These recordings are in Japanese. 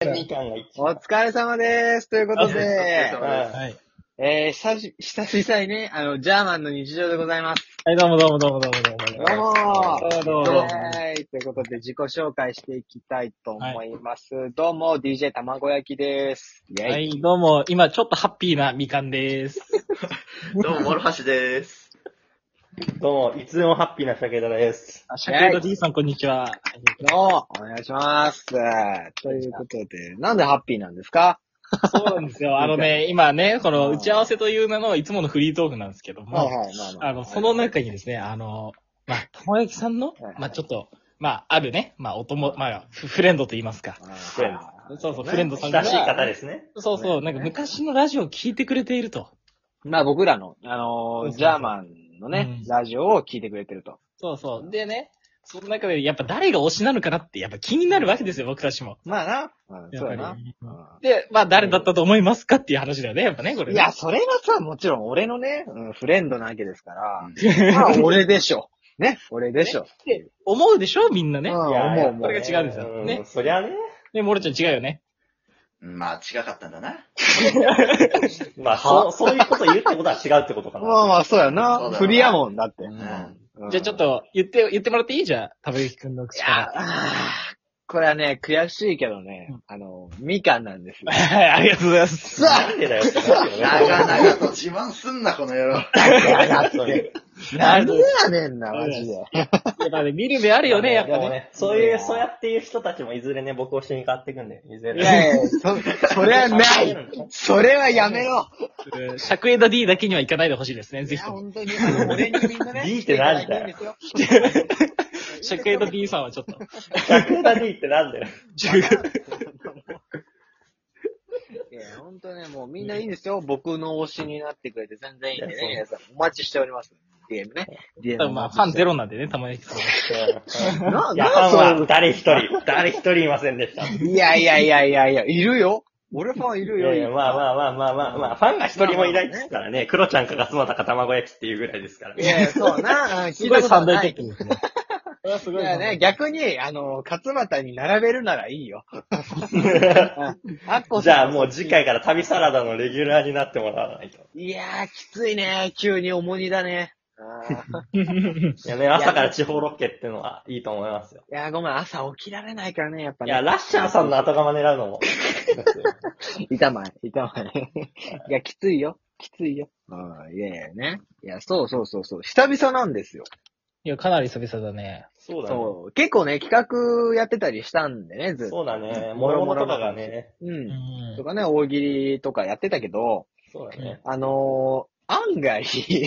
2巻が一お番。 疲れ様です。ということで、 はい。 久々にね、ジャーマンの日常でございます。 はい、どうも。 どうもどうも。 ー。 どうもということで、自己紹介していきたいと思います。どうも、DJ 卵焼きです。イェイ。 はい、どうも。今、ちょっとハッピーなみかんです。 どうも、諸橋です。 どうも、いつでもハッピーな武田です。 シャクエド D さん、こんにちは。 お願いします。ということで、なんでハッピーなんですか？ そうなんですよ。今ね、この打ち合わせという名のいつものフリートークなんですけども、 はいはい、 その中にですね、玉焼さんのはい、 ちょっと、あるね、フレンドと言いますか。 フレンそう、フレンドさんが。 親しい方ですね。 そう、なんか昔のラジオを聞いてくれていると。 僕らの、 そうジャーマンのね、ラジオを聞いてくれてると。 そう。でね、その中でやっぱ誰が推しなのかなってやっぱ気になるわけですよ、僕たちも。 まあな。そうやな。 で、誰だったと思いますかっていう話だよね、やっぱね、これね。 いや、それがさ、もちろん俺のね、フレンドなわけですから、まあ俺でしょ。ね、俺でしょ。 って思うでしょ、みんなね。 うんいや思うこれが違うんですよ。ね。 そりゃね。 で、モロちゃん違うよね。 まあ、違かったんだな。 まあ、そういうこと言うってことは違うってことかな。 まあ、そうやな。 そうだなフリやもんだって。 じゃあちょっと言ってもらっていい？じゃあ、たぶゆきくんの口から。 これはね、悔しいけどね、みかんなんですよ。 はい、ありがとうございます。 なんでだよってなるよね。 長々と自慢すんな、この野郎。 何やねんな、マジで。 やっぱね、見る目あるよね、やっぱね。 でもね、そうやっていう人たちもいずれね、僕をしに変わっていくんで、いずれ。 いやいや、それはない。それはやめろ。 シャクエダ D だけには行かないでほしいですね、ぜひとも。 本当に、俺にみんなね。 D ってなんだよ。 シャクエダ D さんはちょっと。 100ダ D ってなんだよ。 いや、ほんとね、もうみんないいんですよ。僕の推しになってくれて全然いいんでね。皆さんお待ちしております。DM ね。DM ファンゼロなんでね、玉焼さん。 いや、ファンは誰一人いませんでした。 いや、いるよ。俺ファンいるよ。 いやまあ、ファンが一人もいないですからね。クロちゃんかガスマタか卵焼きっていうぐらいですからね。 いや、そうな。 すごい三大テックですね。 いやね、逆に、勝俣に並べるならいいよ。 じゃあもう次回から旅サラダのレギュラーになってもらわないと。 いやー、きついね。急に重荷だね。 いやね、朝から地方ロケっていうのはいいと思いますよ。 いや、ごめん、朝起きられないからね、やっぱね。 いや、ラッシャーさんの後釜狙うのも。 痛まい。いや、きついよ。いやね。いや、そう。久々なんですよ。 いや、かなり久々だね。 そうだね。 そう。結構ね、企画やってたりしたんでね、ずっと。 そうだね。もろもろとかがね。 とかね、大喜利とかやってたけど、 そうだね。 案外、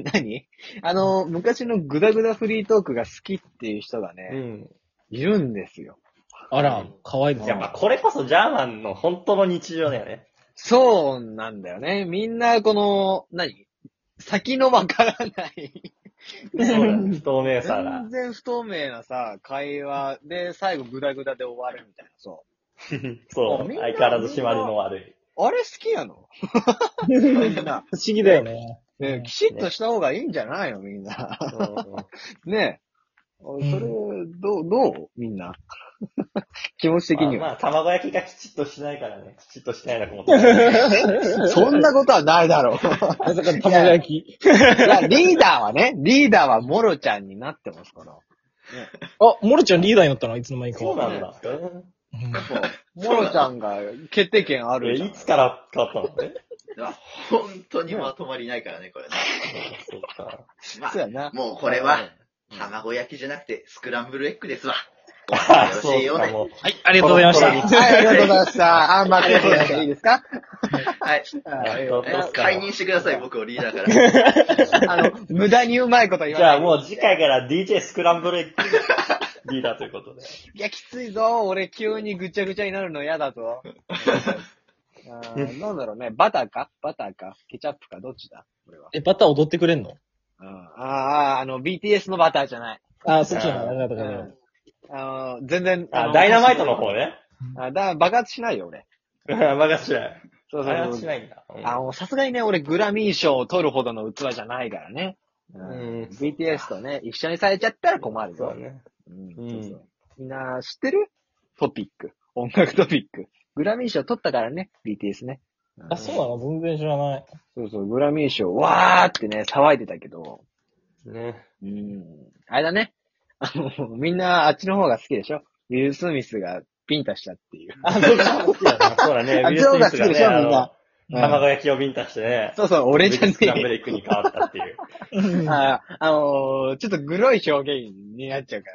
昔のグダグダフリートークが好きっていう人がね、いるんですよ。 あら、可愛いですね。 やっぱこれこそジャーマンの本当の日常だよね。 そうなんだよね。みんな、先のわからない。 そうだね。不透明さが。 全然不透明なさ、会話で、最後グダグダで終わるみたいな、そう。 そう、相変わらず締まりの悪い。 あれ好きなのみんな。 不思議だよね。 ね、きちっとした方がいいんじゃないのみんな。ねえ。それ、どうみんな。気持ち的には。 まあ、卵焼きがきちっとしないからね。きちっとしてないのかもしれない。 そんなことはないだろう。 まさかの卵焼き。 いや、リーダーはモロちゃんになってますから。 あ、モロちゃんリーダーになったのいつの間にか。 そうなんだ。 モロちゃんが決定権あるじゃん。 いつから変わったのね。 本当にまとまりないからね、これね。 そうか。 まそうやな。 あ、もうこれは、卵焼きじゃなくて、スクランブルエッグですわ。よろしいよね。 はい、ありがとうございました。 はい、ありがとうございました。待っていいですか？ はい。解任してください、僕をリーダーから。 無駄にうまいこと言わない。 じゃあもう次回から DJ スクランブルエッグリーダーということで。 いや、きついぞ。俺急にぐちゃぐちゃになるの嫌だぞ。なんだろうね。バターかケチャップかどっちだ俺は。 バター踊ってくれんの？ BTS のバターじゃない。 そっちの方がよ全然。 ダイナマイトの方ね。 爆発しないよ、俺。 爆発しない。 そう。 爆発しないんだ。 さすがにね、俺グラミー賞を取るほどの器じゃないからね。BTS とね、一緒にされちゃったら困るぞ。 そうね。 みんな知ってるトピック。音楽トピック。 グラミー賞取ったからね、BTS ね。 あ、そうなの？全然知らない。 そうそう、グラミー賞、わーってね、騒いでたけど、 ね。 あれだね。みんなあっちの方が好きでしょ？ウィル・スミスがビンタしたっていう。 あ、そっちの好きだな。 そうだね。 あっちの方が好きでしょ、みんな。 卵焼きをビンタしてね。 そうそう、俺じゃねスクランブルエッグに変わったっていう。 え。ちょっとグロい表現になっちゃうから。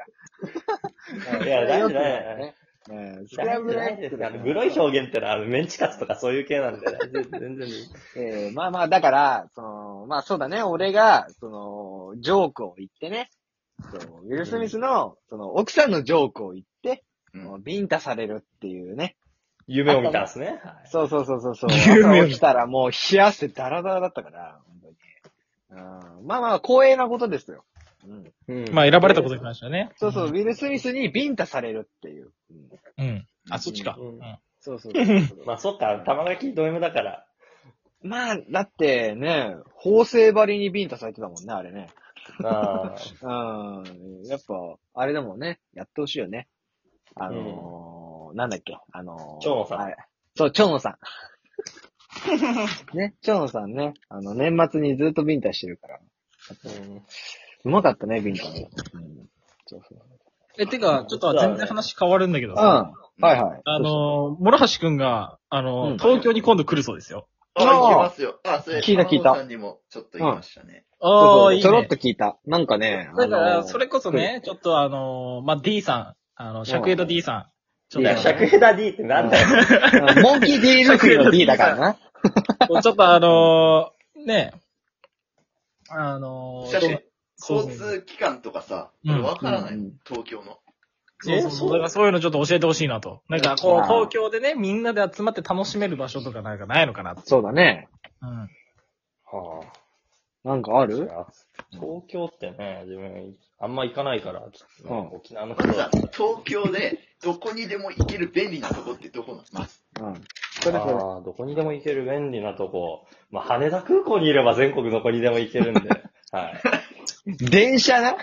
いや、大丈夫だねね。 スクランブルエッグですグロい表現ってのは、メンチカツとかそういう系なんで、全然。 まあまあ、だから、まあそうだね、俺が、ジョークを言ってね、ウィル・スミスの、奥さんのジョークを言って、ビンタされるっていうね。 夢を見たんですね。 そう。 夢を起きたらもう冷や汗ダラダラだったから、本当に。まあまあ、光栄なことですよ。 まあ選ばれたことに関してはね。 そう、ウィル・スミスにビンタされるっていう。 あ、そっちか。 そう。 まあそっか、卵焼きド M だから。 まあ、だってね、法政張りにビンタされてたもんね、あれね。 あやっぱ、あれでもね、やってほしいよね。なんだっけ、 蝶野さん。 そう、蝶野さん。ね、蝶野さんね、年末にずっとビンタしてるから。うまかったね、ビンタも。 てか、ちょっと全然話変わるんだけどはいはい。 諸橋くんが、東京に今度来るそうですよ。 行きますよ。それ、 聞いた。 さんにもちょっと言いましたね。 いいね。 ちょろっと聞いた。なんかね、 だから、それこそね、ちょっとまあ、D さん、シャクエド D さん。 いや、シャクエダ D ってなんだよ。 モンキー D ルフィの D だからな。 ちょっとね、 交通機関とかさ、わからない、東京の。 そう。だからそういうのちょっと教えてほしいなと。なんかこう、東京でね、みんなで集まって楽しめる場所とかなんかないのかなって。 そうだね。 はなんかある？ 東京ってね、自分、あんま行かないから、ちょっとね、沖縄の人まずさ、東京で、どこにでも行ける便利なとこってどこなの？まず。 どこにでも行ける便利なとこ。まあ、羽田空港にいれば全国どこにでも行けるんで。はい。 電車な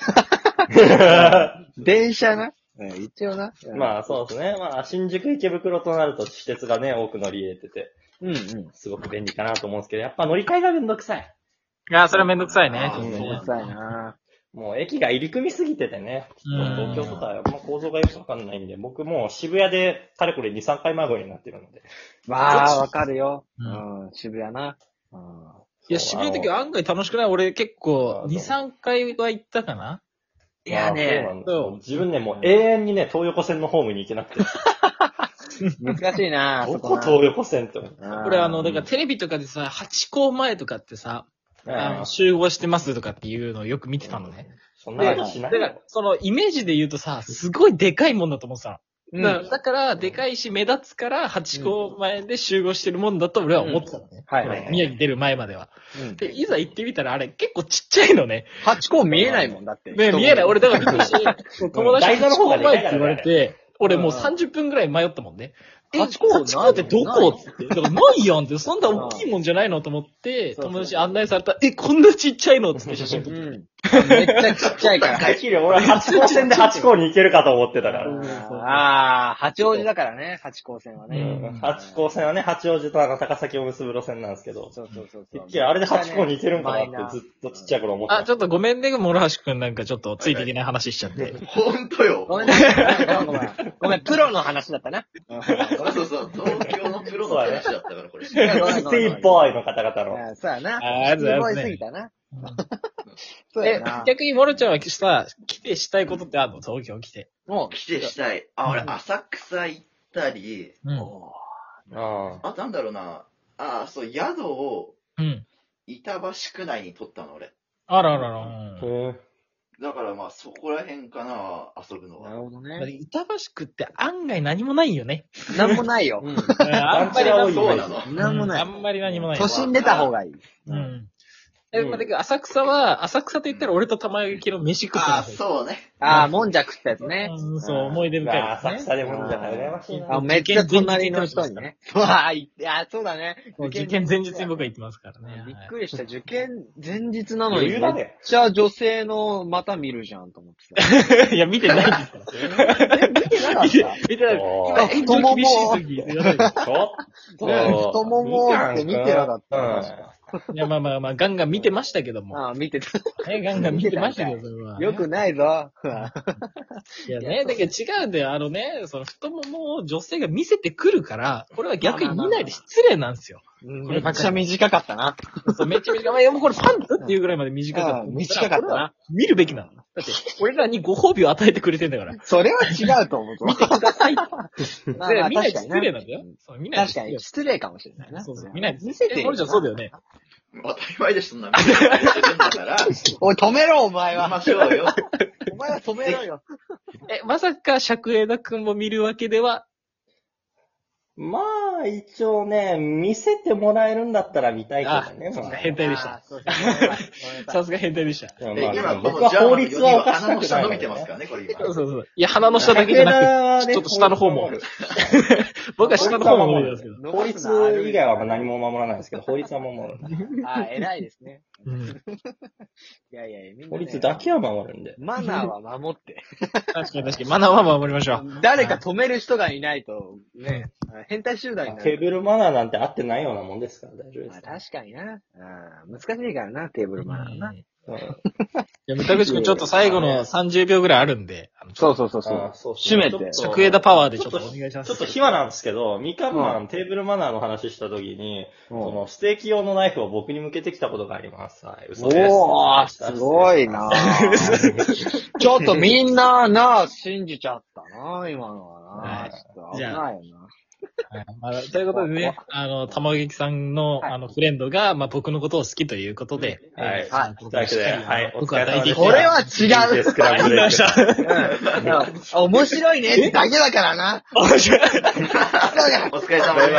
電車な一応な。 まあ、そうですね。まあ、新宿池袋となると私鉄がね、多く乗り入れてて。すごく便利かなと思うんですけど、やっぱ乗り換えがめんどくさい。 いや、それはめんどくさいね。 めんどくさいな。 もう駅が入り組みすぎててね。東京とかは構造がよくわかんないんで、僕もう渋谷でかれこれ2、3回前になってるので。 まあ、わかるよ。渋谷な。 いや、渋谷の時は案外楽しくない？俺結構、2、3回は行ったかな？ いやね、 自分ね、もう永遠にね、東横線のホームに行けなくて。 難しいな。 どこ東横線って。 これだからテレビとかでさ、ハチ公前とかってさ、集合してますとかっていうのをよく見てたのね。 そんな話しないよ。 だから、そのイメージで言うとさ、すごいでかいもんだと思ってたの。だから、でかいし目立つから、ハチ公前で集合してるもんだと俺は思ってたのね。宮城出る前までは。で、いざ行ってみたらあれ結構ちっちゃいのね。 ハチ公見えないもんだって。 ね、見えない。俺だからびっくりして、友達にハチ公前って言われて、俺もう30分くらい迷ったもんね。ハチ公ってどこって。だからないやんって、そんな大きいもんじゃないのと思って、友達案内されたら、こんなちっちゃいのって写真撮って。 めっちゃちっちゃいから。 俺は八甲線で八甲に行けるかと思ってたから。 八王子だからね、八甲線はね。 八甲線はね、八王子と高崎を結ぶ路線なんですけど。 そう。 あれで八甲に行けるんかなってずっとちっちゃい頃思ってた。 ちょっとごめんね、諸橋くんなんかちょっとついていけない話しちゃって。 ほんとよ。 ごめん、プロの話だったな。 そう、東京のプロの話だったから、これ。 シティボーイの方々の。 そうやな。シティボーイすぎたな。 逆にモロちゃんはさ、来てしたいことってあるの？東京来て。 来てしたい。俺、浅草行ったり、あとなんだろうな。そう、宿を、板橋区内に取ったの、俺。 あら。 だからまあ、そこら辺かな、遊ぶのは。 なるほどね。 板橋区って案外何もないよね。 なんもないよ。 あんまりそうなの。 なんもない。 あんまり何もない。 都心出た方がいい。 だけど浅草と言ったら俺と玉焼きの飯食ってた。 そうね。 もんじゃ食ったやつね。 そう、思い出深いですね。 浅草でもんじゃ羨ましいな。 めっちゃ隣の人にね。そうだね。 受験前日に僕は行ってますからね。 びっくりした。受験前日なのに、 めっちゃ女性の股見るじゃんと思ってた。いや、見てないですから。 見てなかった見てない。 今、太もも。太ももって見てなかった。 いや、まあ、ガンガン見てましたけども。 見てた。 ガンガン見てましたけど、それは。 よくないぞ。 いやね、だけど違うんだよ。その太ももを女性が見せてくるから、これは逆に見ないで失礼なんですよ。 めっちゃ短かったな。 そう、めっちゃ短い。いや、もうこれパンツっていうぐらいまで短かった。 短かったな。 見るべきなの。だって、俺らにご褒美を与えてくれてんだから。 それは違うと思う。 見てください。見ないで失礼なんだよ。 確かに、失礼かもしれないな。 そう、見ないで。見せてよ。そうだよね。 当たり前でしょ、そんな。見てるんだから。 おい、止めろ、お前は。 ましょうよ。 お前は止めろよ。 まさか、釈枝くんも見るわけではまあ、一応ね、見せてもらえるんだったら見たいけどね。 さすが変態でした。さすが変態でした。 今、僕は法律は犯したくない。鼻の下伸びてますからね、これ今。 そう。いや、鼻の下だけじゃなくて、ちょっと下の方も。僕は下の方も守るんですけど。 法律以外は何も守らないですけど、法律は守る。 偉いですね。いや、 みんな。法律だけは守るんで。 マナーは守って。 確かに。マナーは守りましょう。 誰か止める人がいないと、ね。変態集団になる。 テーブルマナーなんて合ってないようなもんですから大丈夫です。 確かにな。難しいからな、テーブルマナーな。いや、むたくしくんちょっと最後の30秒ぐらいあるんで。 そう。締めて。 釈枝パワーでちょっとお願いします。 ちょっと暇なんですけど、みかんマンテーブルマナーの話した時に、そのステーキ用のナイフを僕に向けてきたことがあります。はい、嘘です。 すごいなちょっとみんな信じちゃったな今のはな。ちょっと危ないよな。 ということでね、玉垣さんの、フレンドが、僕のことを好きということで、 はい。というわけで、はい。 僕は大体。 これは違う。 スクランブルエッグ。 面白いねってだけだからな。 面白い。 お疲れ様です。